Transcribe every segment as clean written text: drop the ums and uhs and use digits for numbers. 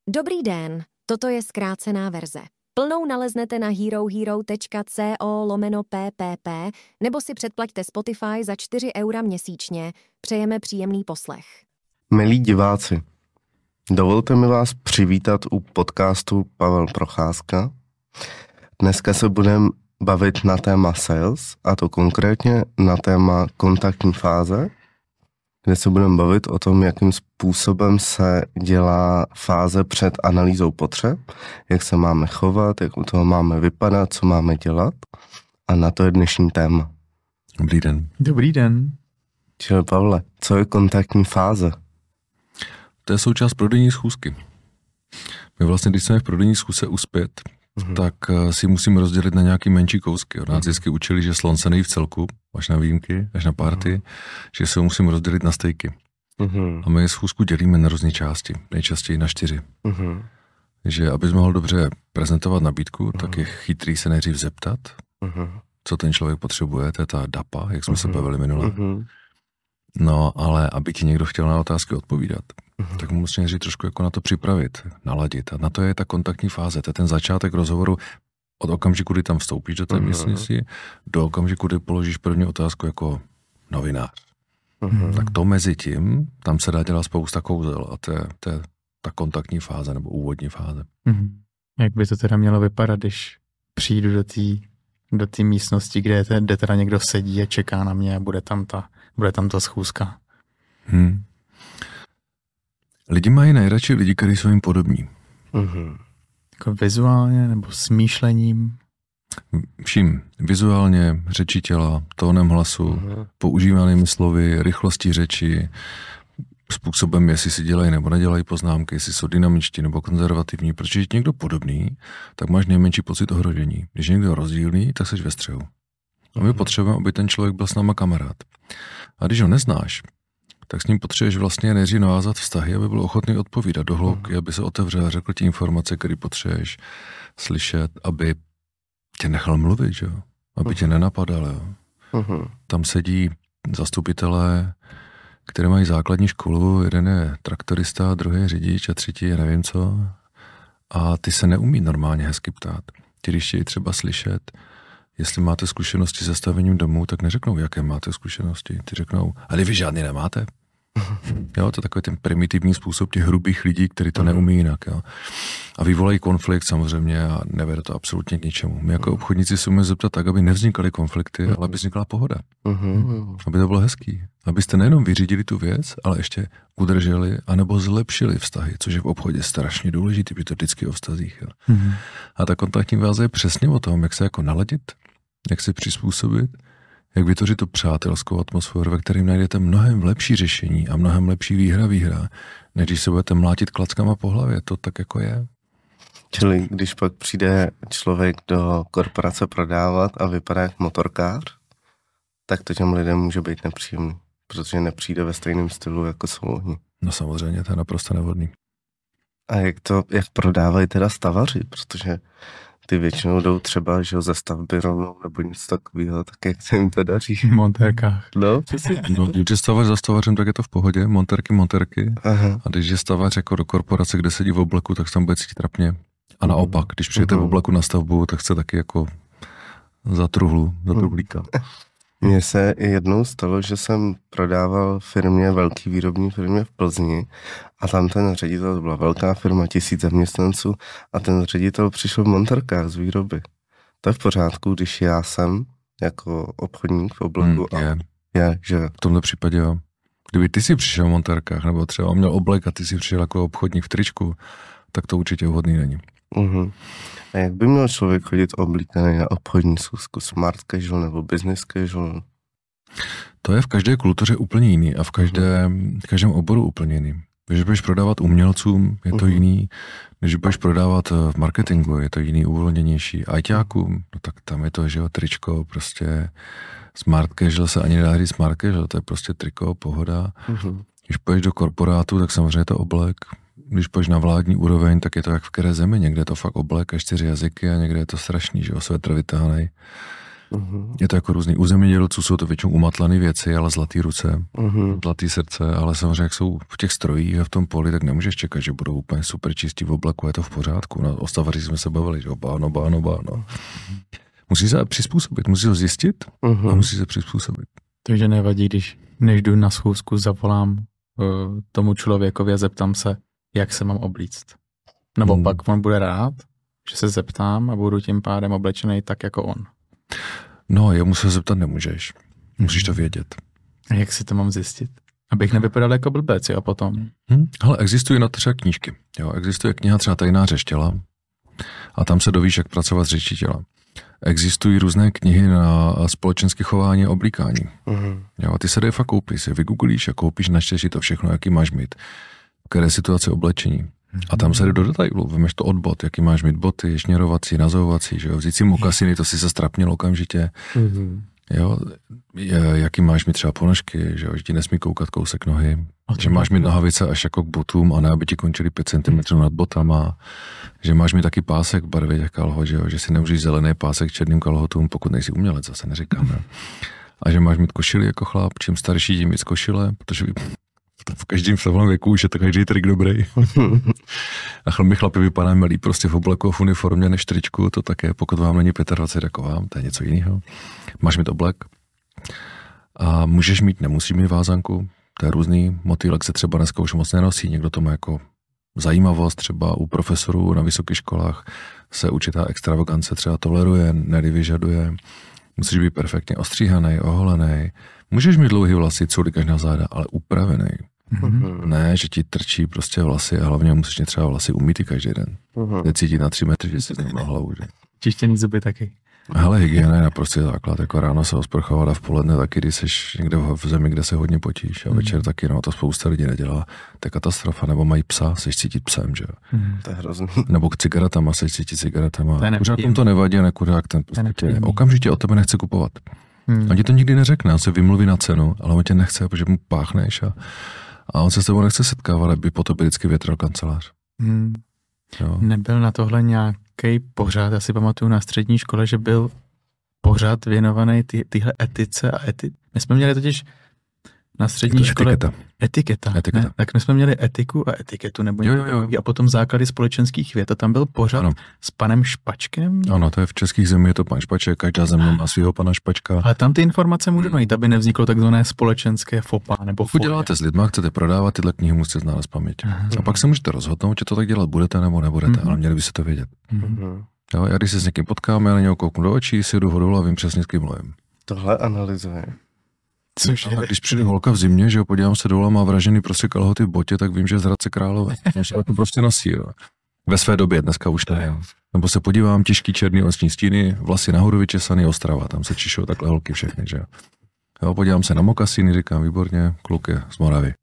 Dobrý den, toto je zkrácená verze. Plnou naleznete na herohero.co/ppp nebo si předplaťte Spotify za 4 € měsíčně. Přejeme příjemný poslech. Milí diváci, dovolte mi vás přivítat u podcastu Pavel Procházka. Dneska se budeme bavit na téma sales, a to konkrétně na téma kontaktní fáze, kde se budeme bavit o tom, jakým způsobem se dělá fáze před analýzou potřeb, jak se máme chovat, jak u toho máme vypadat, co máme dělat. A na to je dnešní téma. Dobrý den. Dobrý den. Čili Pavle, co je kontaktní fáze? To je součást prodejní schůzky. My vlastně, když jsme v prodejní schůzce uspět, tak si musíme rozdělit na nějaký menší kousky. Od nás vždycky učili, že slon se nejí v celku, až na výjimky, až na party, že se ho musíme rozdělit na stejky. A my schůzku dělíme na různé části, nejčastěji na 4. Že abys mohl dobře prezentovat nabídku, tak je chytrý se nejdřív zeptat, co ten člověk potřebuje, to je ta DAPA, jak jsme se bavili minule. No, ale aby ti někdo chtěl na otázky odpovídat, tak mu musíš nejdřív trošku jako na to připravit, naladit. A na to je ta kontaktní fáze, to je ten začátek rozhovoru od okamžiku, kdy tam vstoupíš do té místnosti, do okamžiku, kdy položíš první otázku jako novinář. Tak to mezi tím, tam se dá dělat spousta kouzel a to je ta kontaktní fáze nebo úvodní fáze. Jak by to teda mělo vypadat, když přijdu do té místnosti, kde teda někdo sedí a čeká na mě a bude tam ta schůzka? Lidi mají nejradši lidi, kteří jsou jim podobní. Jako vizuálně nebo smýšlením? Vším. Vizuálně, řeči těla, tónem hlasu, používanými slovy, rychlostí řeči, způsobem, jestli si dělají nebo nedělají poznámky, jestli jsou dynamičtí nebo konzervativní. Protože když je někdo podobný, tak máš nejmenší pocit ohrožení. Když je někdo rozdílný, tak jsi ve střehu. A my potřebujeme, aby ten člověk byl s náma kamarád. A když ho neznáš, tak s ním potřebuješ vlastně nejdřív navázat vztahy, aby byl ochotný odpovídat do hloubky, aby se otevřel a řekl ti informace, které potřebuješ slyšet, aby tě nechal mluvit, jo? Aby tě nenapadal. Jo? Tam sedí zastupitelé, které mají základní školu, jeden je traktorista, druhý je řidič a třetí je nevím co. A ty se neumí normálně hezky ptát. Ty, když chtějí třeba slyšet, jestli máte zkušenosti se stavením domů, tak neřeknou, jaké máte zkušenosti. Ty řeknou, ale vy žádný nemáte. Jo, to je takový ten primitivní způsob těch hrubých lidí, kteří to neumí jinak. Jo. A vyvolají konflikt samozřejmě a nevede to absolutně k ničemu. My jako obchodníci se můžeme zeptat tak, aby nevznikaly konflikty, ale aby vznikla pohoda. Aby to bylo hezký. Abyste nejenom vyřídili tu věc, ale ještě udrželi anebo zlepšili vztahy, což je v obchodě strašně důležité, protože to vždycky o vztazích. Jo. A ta kontaktní fáze je přesně o tom, jak se jako naladit, jak se přizpůsobit, jak vytvořit tu přátelskou atmosféru, ve kterým najdete mnohem lepší řešení a mnohem lepší výhra, než když se budete mlátit klackama po hlavě. To tak jako je. Čili když pak přijde člověk do korporace prodávat a vypadá jak motorkář, tak to těm lidem může být nepříjemný, protože nepřijde ve stejném stylu, jako jsou oni. No samozřejmě, to je naprosto nevhodný. A jak prodávají teda stavaři, protože ty většinou jdou třeba, že ze stavby rovnou nebo něco takového, tak jak se jim to daří? V montérkách. No, když je stavař za stavařem, tak je to v pohodě, montérky. Aha. A když je stavař jako do korporace, kde sedí v obleku, tak se tam bude cítit trapně. A naopak, když přijete v obleku na stavbu, tak jste taky jako za truhlíka. Mně se jednou stalo, že jsem prodával velký výrobní firmě v Plzni a tam ten ředitel, to byla velká firma, 1000 zaměstnanců a ten ředitel přišel v montérkách z výroby. To je v pořádku, když já jsem jako obchodník v obleku. Že? V tomto případě jo. Kdyby ty si přišel v montérkách, nebo třeba měl oblek a ty si přišel jako obchodník v tričku, tak to určitě vhodný není. A jak by měl člověk chodit oblíkaný na obchodní schůzku? Smart casual nebo business casual? To je v každé kultuře úplně jiný a v každém oboru úplně jiný. Když budeš prodávat umělcům, je to jiný. Když budeš prodávat v marketingu, je to jiný, uvolněnější. Ajťákům, no tak tam je to, že jo, tričko, prostě smart casual se ani nedá říct smart casual, to je prostě triko, pohoda. Když půjdeš do korporátu, tak samozřejmě je to oblek. Když půjdeš na vládní úroveň, tak je to jak v které zemi. Někde je to fakt oblek a 4 jazyky a někde je to strašný, že jo, svetr vytáhnej. Je to jako různý. U zemědělců jsou to většinou umatlané věci, ale zlatý ruce, zlatý srdce, ale samozřejmě, jak jsou v těch strojích a v tom poli, tak nemůžeš čekat, že budou úplně super čistí v obleku, je to v pořádku. Na ostavaři jsme se bavili, že báno. Musí se přizpůsobit, musí to zjistit a musí se přizpůsobit. Takže nevadí, když než jdu na schůzku, zavolám tomu člověkovi a zeptám se, jak se mám oblíct. Nebo pak on bude rád, že se zeptám a budu tím pádem oblečený tak jako on. No, jemu se zeptat nemůžeš. Musíš to vědět. A jak si to mám zjistit? Abych nevypadal jako blbec, jo, potom. Ale existují na to třeba knížky. Jo, existuje kniha třeba Tajná řeč těla a tam se dovíš, jak pracovat s řečí těla. Existují různé knihy na společenské chování a oblíkání. Jo, a ty se dají fakt koupit, si vygooglíš a koupíš, načteš si to všechno, jaký máš mít. Které situace oblečení. A tam se jde do detailu, vemeš to od bot, jaký máš mít boty, šněrovací, nazovací, že jo, vzít si mokasiny, to si se strapnil okamžitě. Jo, jaký máš mít třeba ponožky, že jo, že ti nesmí koukat kousek nohy, že máš mít nohavice až jako k botům a ne, aby ti končily 5 cm nad botama, že máš mít taky pásek v barvě těch kalhot, že jo, že si neužiješ zelený pásek černým kalhotům, pokud nejsi umělec, zase neříkám, ne? A že máš mít košili jako chlap, čím starší, tím víc košile, protože v každém v věku už je to každý trik dobrý. A my chlapi vypadáme líp prostě v obleku, v uniformě než tričku, to také, pokud vám není 25 jako vám, to je něco jiného. Máš mít oblek a můžeš mít, nemusíš mít vázanku, to je různý, motýlek se třeba dneska už moc nenosí, někdo to má jako zajímavost, třeba u profesorů na vysokých školách se určitá extravagance třeba toleruje, nevyžaduje, musíš být perfektně ostříhaný, oholený, můžeš mít dlouhý vlasy, culíkaš na záda, ale upravený. Ne, že ti trčí prostě vlasy a hlavně musíš mě třeba vlasy umýt každý den. Necítit na 3 metry, že jsi neměl hlavu. Že? Čištěný zuby taky. Hele, hygiena je naprostý základ, jako ráno se osprchovat a v poledne taky, když jsi někde v zemi, kde se hodně potíš a večer taky, no to spousta lidí nedělá, to je katastrofa, nebo mají psa, seš cítit psem, že jo. To je hrozný. Nebo k cigaretama, seš cítit cigaretama. Kuřákům to nevadí, nekuřák ten prostě okamžitě od tebe nechce kupovat. On ti to nikdy neřekne, on se vymluví na cenu, ale on tě nechce, protože mu páchneš a on se s tebou nechce setkávat, aby po tobě vždycky větral kancelář. Jo. Nebyl na tohle nějaký pořád, já si pamatuju na střední škole, že byl pořád věnovaný tyhle etice a My jsme měli totiž na střední škole... Etiketa. Ne? Tak my jsme měli etiku a etiketu, nebo jo. A potom základy společenských věd. A tam byl pořád s panem Špačkem. Ano, to je v českých zemích, je to pan Špaček, každá země má svého pana Špačka. Ale tam ty informace můžou najít, aby nevzniklo takzvané společenské fopa nebo fobie. Děláte s lidma, chcete prodávat, tyhle knihy musíte znát z paměti. A pak se můžete rozhodnout, že to tak dělat budete nebo nebudete, ale měli by se to vědět. Jo, já když se s někým potkáme, ale něho kouknu do očí, si jdu hodolu a vím přesně, s kým mluvím. Tohle analyzuje. Což je? Když přijde holka v zimě, že jo, podívám se dolů a má vražený prostě kalhoty v botě, tak vím, že je z Hradce Králové. To prostě nosí, jo. Ve své době, dneska už ne. Nebo se podívám, těžký černý noční stíny, vlasy nahoru vyčesaný, Ostrava, tam se čišou takhle holky všechny, že jo. Jo, podívám se na mokasíny, říkám, výborně, kluk je z Moravy.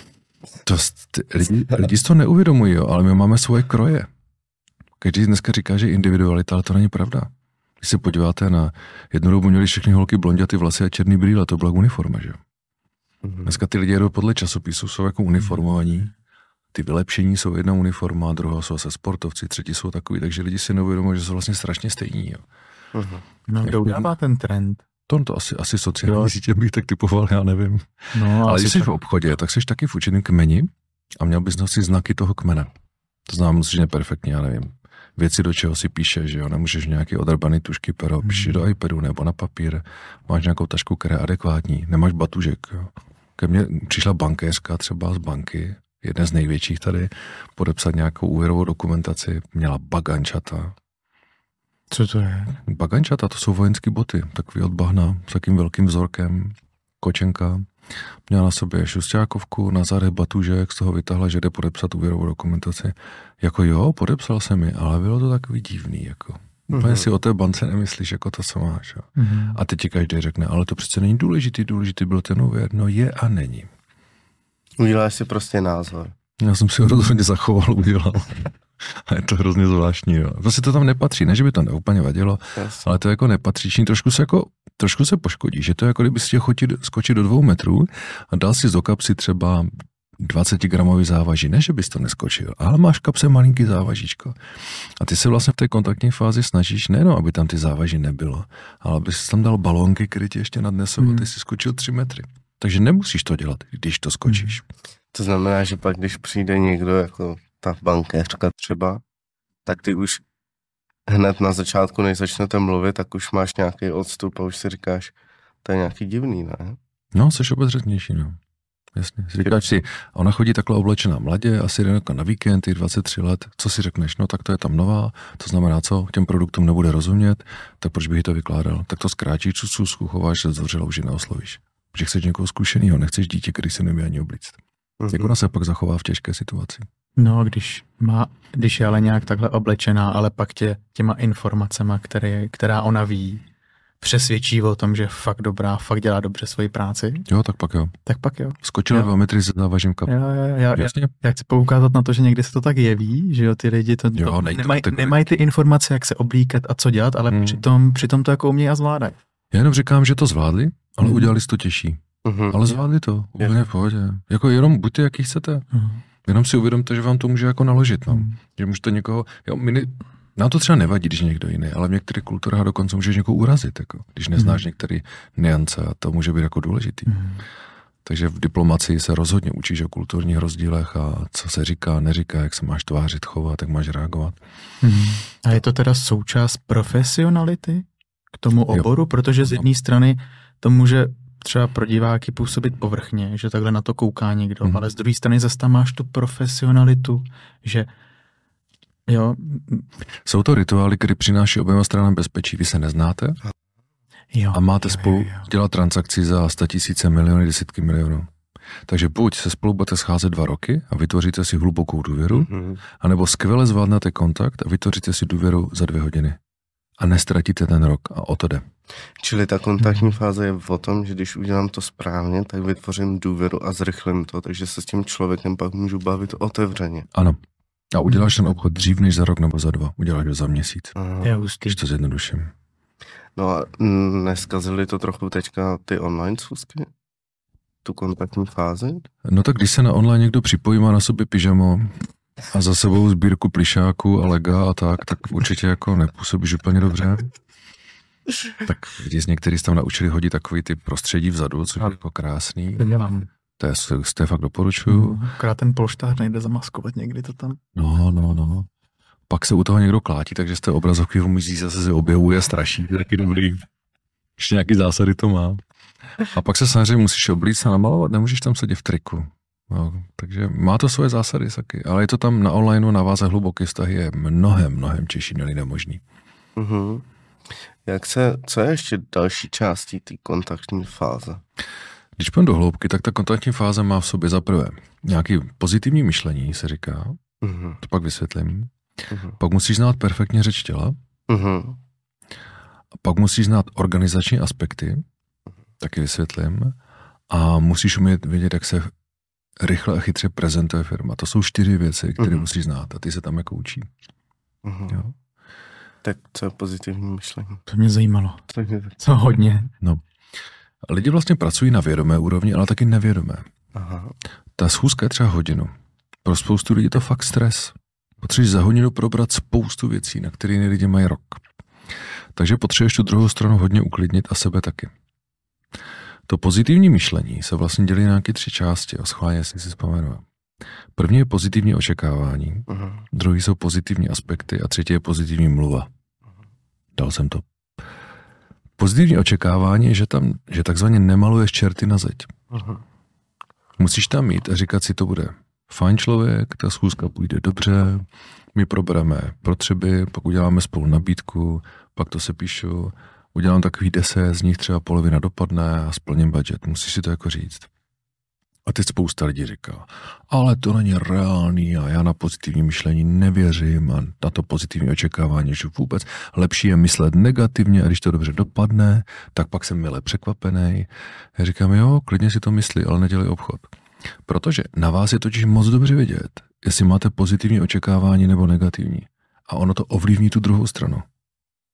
Lidi si to neuvědomují, jo, ale my máme svoje kroje. Každý dneska říká, že je individualita, ale to není pravda. Když se podíváte na jednu dobu měli všechny holky blonděty vlasy a černý brýle, to byla uniforma, že jo. Dneska ty lidi jedou podle časopisů, jsou jako uniformovaní. Ty vylepšení jsou jedna uniforma, druhá jsou se sportovci, třetí jsou takový, takže lidi si neuvědomují, že jsou vlastně strašně stejní, jo. No, kdo udává ten trend? To asi sociální sítě bych tak typoval, já nevím. No, ale když jsi v obchodě, tak jsi taky v určitém kmeni a měl bys nosit znaky toho kmene. To znamená, že perfektně, já nevím. Věci, do čeho si píšeš, že jo, nemůžeš nějaký odrbaný tušky pero, píši do iPadu nebo na papír, máš nějakou tašku, která je adekvátní, nemáš batužek, jo. Ke mně přišla bankéřka třeba z banky, jedna z největších tady, podepsat nějakou úvěrovou dokumentaci, měla bagančata. Co to je? Bagančata, to jsou vojenské boty, takový od bahna, s takým velkým vzorkem, kočenka. Měla na sobě šusťákovku, na zádech batužek, z toho vytáhla, že jde podepsat úvěrovou dokumentaci. Jako jo, podepsal jsem mi, ale bylo to takový divný, jako. Úplně si o té bance nemyslíš, jako to, co máš. Jo. A teď ti každý řekne, ale to přece není důležitý byl ten úvěr. No je a není. Uděláš si prostě názor. Já jsem si ho rozhodně zachoval, udělal. A je to hrozně zvláštní, jo. Prostě to tam nepatří, ne, že by to neúplně vadilo, ale to jako nepatříční, trošku se poškodí, že to je jako kdyby si chtěl skočit do 2 metrů a dal si do kapsy třeba 20-gramový závaží, ne, že bys to neskočil, ale máš v kapse malinký závažíčko. A ty se vlastně v té kontaktní fázi snažíš nejenom, aby tam ty závaží nebylo, ale aby si tam dal balónky, které tě ještě nadnesou a ty si skočil 3 metry. Takže nemusíš to dělat, když to skočíš. To znamená, že pak, když přijde někdo, jako ta bankéřka třeba, tak ty už hned na začátku, než začnete mluvit, tak už máš nějaký odstup a už si říkáš, to je nějaký divný, ne? No, jsi obezřetnější, no. Jasně. Říkáš si, ona chodí takhle oblečená mladě, asi jde na víkend, 23 let, co si řekneš? No tak to je tam nová, to znamená co? Těm produktům nebude rozumět, tak proč bych jí to vykládal? Tak to zkrátíš, cucusku, chováš se zavřela, už ji neoslovíš. Že chceš někoho zkušenýho, nechceš dítě, který se neumí ani oblíct. Jak ona se pak zachová v těžké situaci? No, když je ale nějak takhle oblečená, ale pak těma informacema, která ona ví, přesvědčí o tom, že je fakt dobrá, fakt dělá dobře svoji práci. Jo, tak pak jo. Skočila 2 metry se závažím kapku. Já chci poukázat na to, že někdy se to tak jeví, že jo, ty lidi nemají ty informace, jak se oblíkat a co dělat, ale přitom to jako umějí a zvládají. Já jenom říkám, že to zvládli, ale udělali si to těžší. Ale zvládli to, úplně v pohodě. Jako jenom buďte, jaký chcete. Jenom si uvědomte, že vám to může jako naložit. No. Že můžete někoho... Nám to třeba nevadí, když někdo jiný, ale v některých kulturách dokonce můžeš někoho urazit, jako, když neznáš některé niance a to může být jako důležitý. Takže v diplomacii se rozhodně učíš o kulturních rozdílech a co se říká, neříká, jak se máš tvářit, chovat, jak máš reagovat. A je to teda součást profesionality k tomu oboru? Protože z jedné strany to může třeba pro diváky působit povrchně, že takhle na to kouká někdo, ale z druhé strany zase tam máš tu profesionalitu, že jo. Jsou to rituály, které přináší oběma stranám bezpečí. Vy se neznáte a máte spolu dělat transakci za 100 000, miliony, desítky milionů. Takže buď se spolu budete scházet 2 roky a vytvoříte si hlubokou důvěru, anebo skvěle zvládnete kontakt a vytvoříte si důvěru za 2 hodiny. A nestratíte ten rok a o to jde. Čili ta kontaktní fáze je o tom, že když udělám to správně, tak vytvořím důvěru a zrychlím to, takže se s tím člověkem pak můžu bavit otevřeně. Ano. A uděláš ten obchod dřív než za rok nebo za 2. Uděláš ho za měsíc. Když to zjednoduším. No a neskazili to trochu teďka ty online schůzky? Tu kontaktní fázi? No tak když se na online někdo připojí, má na sobě pyžamo a za sebou sbírku plišáků a lega a tak určitě jako nepůsobíš úplně dobře. Tak lidi z některých tam naučili hodit takový ty prostředí vzadu, což je jako krásný. To je fakt doporučuju. Akorát ten polštář nejde zamaskovat někdy to tam. No. Pak se u toho někdo klátí, takže z té obrazovky rumizí zase se objevuje a straší. Taky dobrý. Ještě nějaký zásady to má. A pak se samozřejmě musíš oblíct a namalovat, nemůžeš tam sedět v triku. No, takže má to svoje zásady taky, ale je to tam na online naváze hluboký vztahy je mnohem těžší, než nemožný. Co je ještě další částí té kontaktní fáze? Když půjdem do hloubky, tak ta kontaktní fáze má v sobě za prvé nějaké pozitivní myšlení, se říká, to pak vysvětlím. Pak musíš znát perfektně řeč těla, a pak musíš znát organizační aspekty, taky vysvětlím, a musíš umět vědět, jak se rychle a chytře prezentuje firma. To jsou 4 věci, které musíš znát a ty se tam jako učí. Jo? Tak co je pozitivní myšlení? To mě zajímalo. Co hodně. No. Lidi vlastně pracují na vědomé úrovni, ale taky nevědomé. Ta schůzka je třeba hodinu. Pro spoustu lidí je to fakt stres. Potřebuješ za hodinu probrat spoustu věcí, na které lidi mají rok. Takže potřebuješ tu druhou stranu hodně uklidnit a sebe taky. To pozitivní myšlení se vlastně dělí na nějaké 3 části, a schválně, jestli si vzpomenu. První je pozitivní očekávání, druhý jsou pozitivní aspekty a třetí je pozitivní mluva. Dal jsem to. Pozitivní očekávání je, že takzvaně nemaluješ čerty na zeď. Musíš tam mít a říkat si, to bude fajn člověk, ta schůzka půjde dobře, my probereme potřeby, pak uděláme spolu nabídku, pak to se píšu, udělám takový 10, z nich třeba polovina dopadne a splním budget. Musíš si to jako říct. A teď spousta lidí říká, ale to není reálný a já na pozitivní myšlení nevěřím a na to pozitivní očekávání, že vůbec lepší je myslet negativně a když to dobře dopadne, tak pak jsem mile překvapený. Já říkám, jo, klidně si to myslí, ale nedělej obchod. Protože na vás je totiž moc dobře vidět, jestli máte pozitivní očekávání nebo negativní. A ono to ovlivní tu druhou stranu.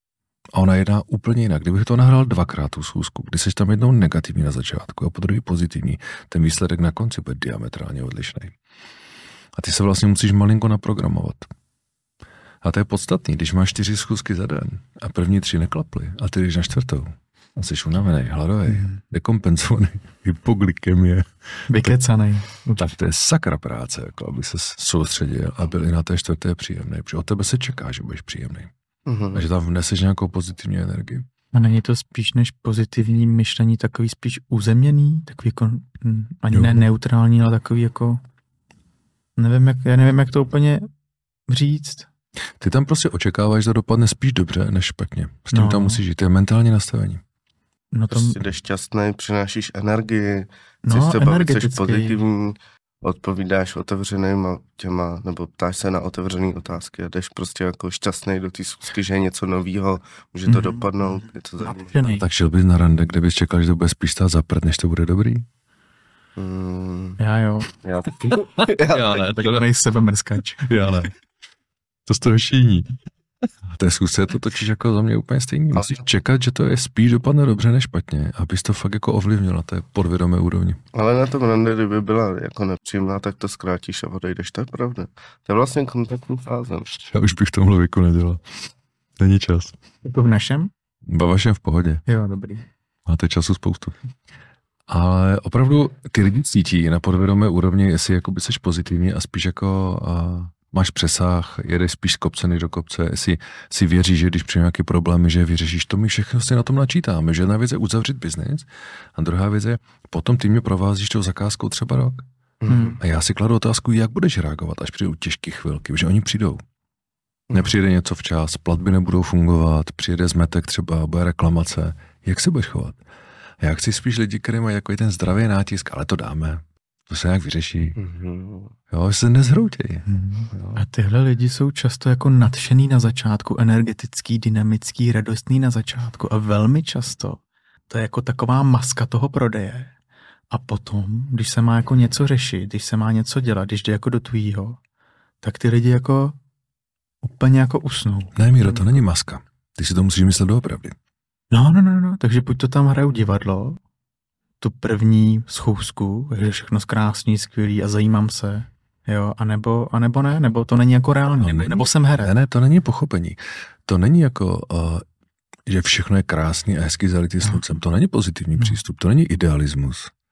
A ona jedná úplně jinak. Kdybych to nahrál 2krát tu schůzku, kdy jsi tam jednou negativní na začátku a po druhé pozitivní, ten výsledek na konci bude diametrálně odlišný. A ty se vlastně musíš malinko naprogramovat. A to je podstatný, když máš 4 schůzky za den a první 3 neklaply a ty jdeš na 4. a jsi unavený, hladový, dekompenzovaný, hypoglykemie. Vykecanej. Tak to je sakra práce, jako aby se soustředil a byl i na té 4. příjemný, protože od tebe se čeká, že budeš příjemný. A že tam vneseš nějakou pozitivní energii. A není to spíš než pozitivní myšlení takový spíš uzemněný, takový jako, ani ne neutrální, ale takový jako, já nevím, jak to úplně říct. Ty tam prostě očekáváš, že to dopadne spíš dobře, než špatně. S tím tam musíš žít, to je mentální nastavení. No tam... Prostě jdeš šťastný, přinášíš energii, chceš se bavit, jsi pozitivní, odpovídáš otevřenýma těma, nebo ptáš se na otevřený otázky a jdeš prostě jako šťastný do té schůzky, že je něco novýho, může to dopadnout, je to zajímavé. Tak šel bys na rande, kde bys čekal, že to bude spíš stát za prd, než to bude dobrý? Já jo. Já taky. Já ne, tak nejsem mrskač. Já ne. To z toho šíní. A té schůzce to točíš jako za mě úplně stejný. Musíš čekat, že to je spíš dopadne dobře než špatně, abys to fakt jako ovlivnil na té podvědomé úrovni. Ale na tom rande, kdyby byla jako nepříjemná, tak to zkrátíš a odejdeš, to je pravda. To je vlastně kontaktní fáze. Já už bych v tomhle věku nedělal. Není čas. Jako v našem? Ve vašem v pohodě. Jo, dobrý. Máte času spoustu. Ale opravdu ty lidi cítí na podvědomé úrovni, jestli jako by seš pozitivní a spíš jako máš přesah, jedeš spíš z kopce než do kopce, jestli si věříš, že když přijde nějaký problémy, že vyřešíš, to my všechno si na tom načítáme, že jedna věc je uzavřít biznis a druhá věc je, potom ty mě provázíš tou zakázkou třeba rok. A já si kladu otázku, jak budeš reagovat, až přijdou těžké chvilky, že oni přijdou. Nepřijde něco včas, platby nebudou fungovat, přijde zmetek třeba, bude reklamace, jak se budeš chovat? A já chci spíš lidi, kteří mají jako ten zdravý nátisk, ale to dáme. To se nějak vyřeší. Jo, se nezhroutějí. A tyhle lidi jsou často jako nadšený na začátku, energetický, dynamický, radostný na začátku a velmi často to je jako taková maska toho prodeje. A potom, když se má jako něco řešit, když se má něco dělat, když jde jako do tvýho, tak ty lidi jako úplně jako usnou. Ne, Míro, to není maska. Ty si to musíš myslet doopravdy. No, takže buď to tam hraju divadlo, tu první schůzku, je všechno krásný, skvělý a zajímám se, jo, anebo ne, nebo to není jako reálně, nebo jsem herec. Ne, to není pochopení. To není jako, že všechno je krásný a hezky zalitý sluncem. To není pozitivní přístup, to není idealismus.